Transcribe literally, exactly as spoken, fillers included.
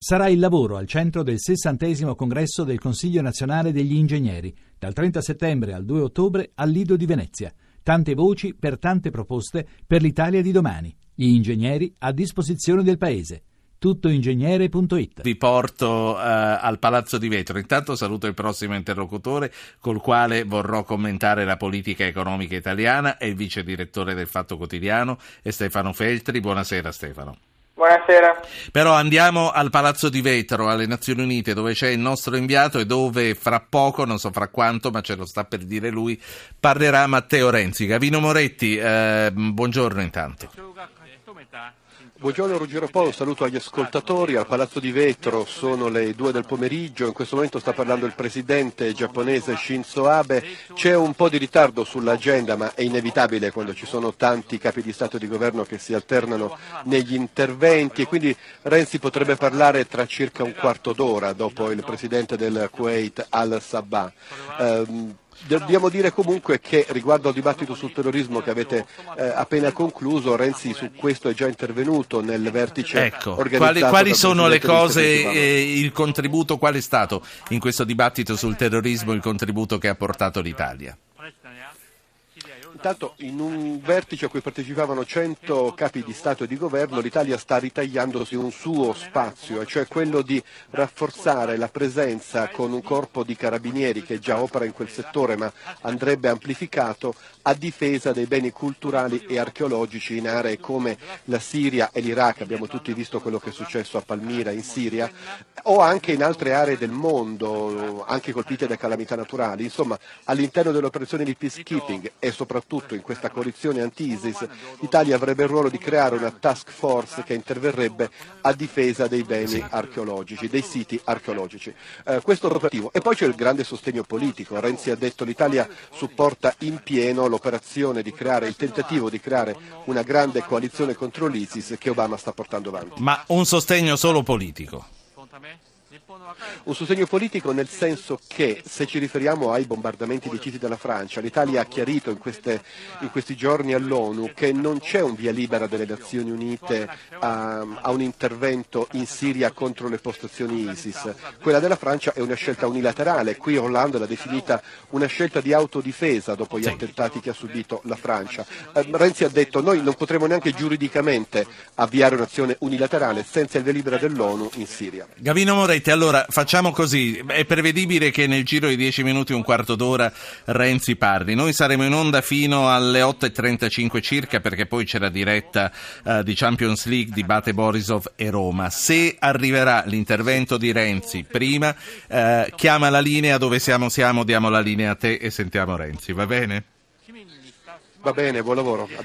Sarà il lavoro al centro del sessantesimo congresso del Consiglio Nazionale degli Ingegneri, dal trenta settembre al due ottobre al Lido di Venezia. Tante voci per tante proposte per l'Italia di domani. Gli ingegneri a disposizione del Paese. tuttoingegnere punto it. Vi porto uh, al Palazzo di Vetro. Intanto saluto il prossimo interlocutore col quale vorrò commentare la politica economica italiana, è il vice direttore del Fatto Quotidiano, è Stefano Feltri. Buonasera Stefano. Buonasera. Però andiamo al Palazzo di Vetro, alle Nazioni Unite, dove c'è il nostro inviato e dove fra poco, non so fra quanto, ma ce lo sta per dire lui, parlerà Matteo Renzi. Gavino Moretti, eh, buongiorno intanto. Buongiorno Ruggero Polo, saluto agli ascoltatori. Al Palazzo di Vetro sono le due del pomeriggio, in questo momento sta parlando il presidente giapponese Shinzo Abe. C'è un po' di ritardo sull'agenda, ma è inevitabile quando ci sono tanti capi di Stato e di Governo che si alternano negli interventi, e quindi Renzi potrebbe parlare tra circa un quarto d'ora dopo il presidente del Kuwait Al-Sabah. Um, Dobbiamo dire comunque che riguardo al dibattito sul terrorismo che avete eh, appena concluso, Renzi su questo è già intervenuto nel vertice ecco, organizzato. Quali, quali sono le cose, eh, il contributo, qual è stato in questo dibattito sul terrorismo il contributo che ha portato l'Italia? Intanto, in un vertice a cui partecipavano cento capi di Stato e di Governo, l'Italia sta ritagliandosi un suo spazio, cioè quello di rafforzare la presenza con un corpo di carabinieri che già opera in quel settore ma andrebbe amplificato a difesa dei beni culturali e archeologici in aree come la Siria e l'Iraq. Abbiamo tutti visto quello che è successo a Palmira in Siria, o anche in altre aree del mondo, anche colpite da calamità naturali. Insomma, all'interno dell'operazione di peacekeeping e soprattutto in questa coalizione anti-ISIS, l'Italia avrebbe il ruolo di creare una task force che interverrebbe a difesa dei beni archeologici, dei siti archeologici. Eh, questo è l'operativo. E poi c'è il grande sostegno politico. Renzi ha detto che l'Italia supporta in pieno l'operazione di creare, il tentativo di creare una grande coalizione contro l'ISIS che Obama sta portando avanti. Ma un sostegno solo politico? Un sostegno politico nel senso che, se ci riferiamo ai bombardamenti decisi dalla Francia, l'Italia ha chiarito in, queste, in questi giorni all'ONU che non c'è un via libera delle Nazioni Unite a, a un intervento in Siria contro le postazioni ISIS. Quella della Francia è una scelta unilaterale. Qui Hollande l'ha definita una scelta di autodifesa dopo gli attentati che ha subito la Francia. Eh, Renzi ha detto: noi non potremo neanche giuridicamente avviare un'azione unilaterale senza il via libera dell'ONU in Siria. Gavino Moretti, allora facciamo così, è prevedibile che nel giro di dieci minuti, un quarto d'ora Renzi parli. Noi saremo in onda fino alle otto e trentacinque circa, perché poi c'è la diretta uh, di Champions League di Bate Borisov e Roma. Se arriverà l'intervento di Renzi prima, uh, chiama la linea dove siamo siamo, diamo la linea a te e sentiamo Renzi, va bene? Va bene, buon lavoro.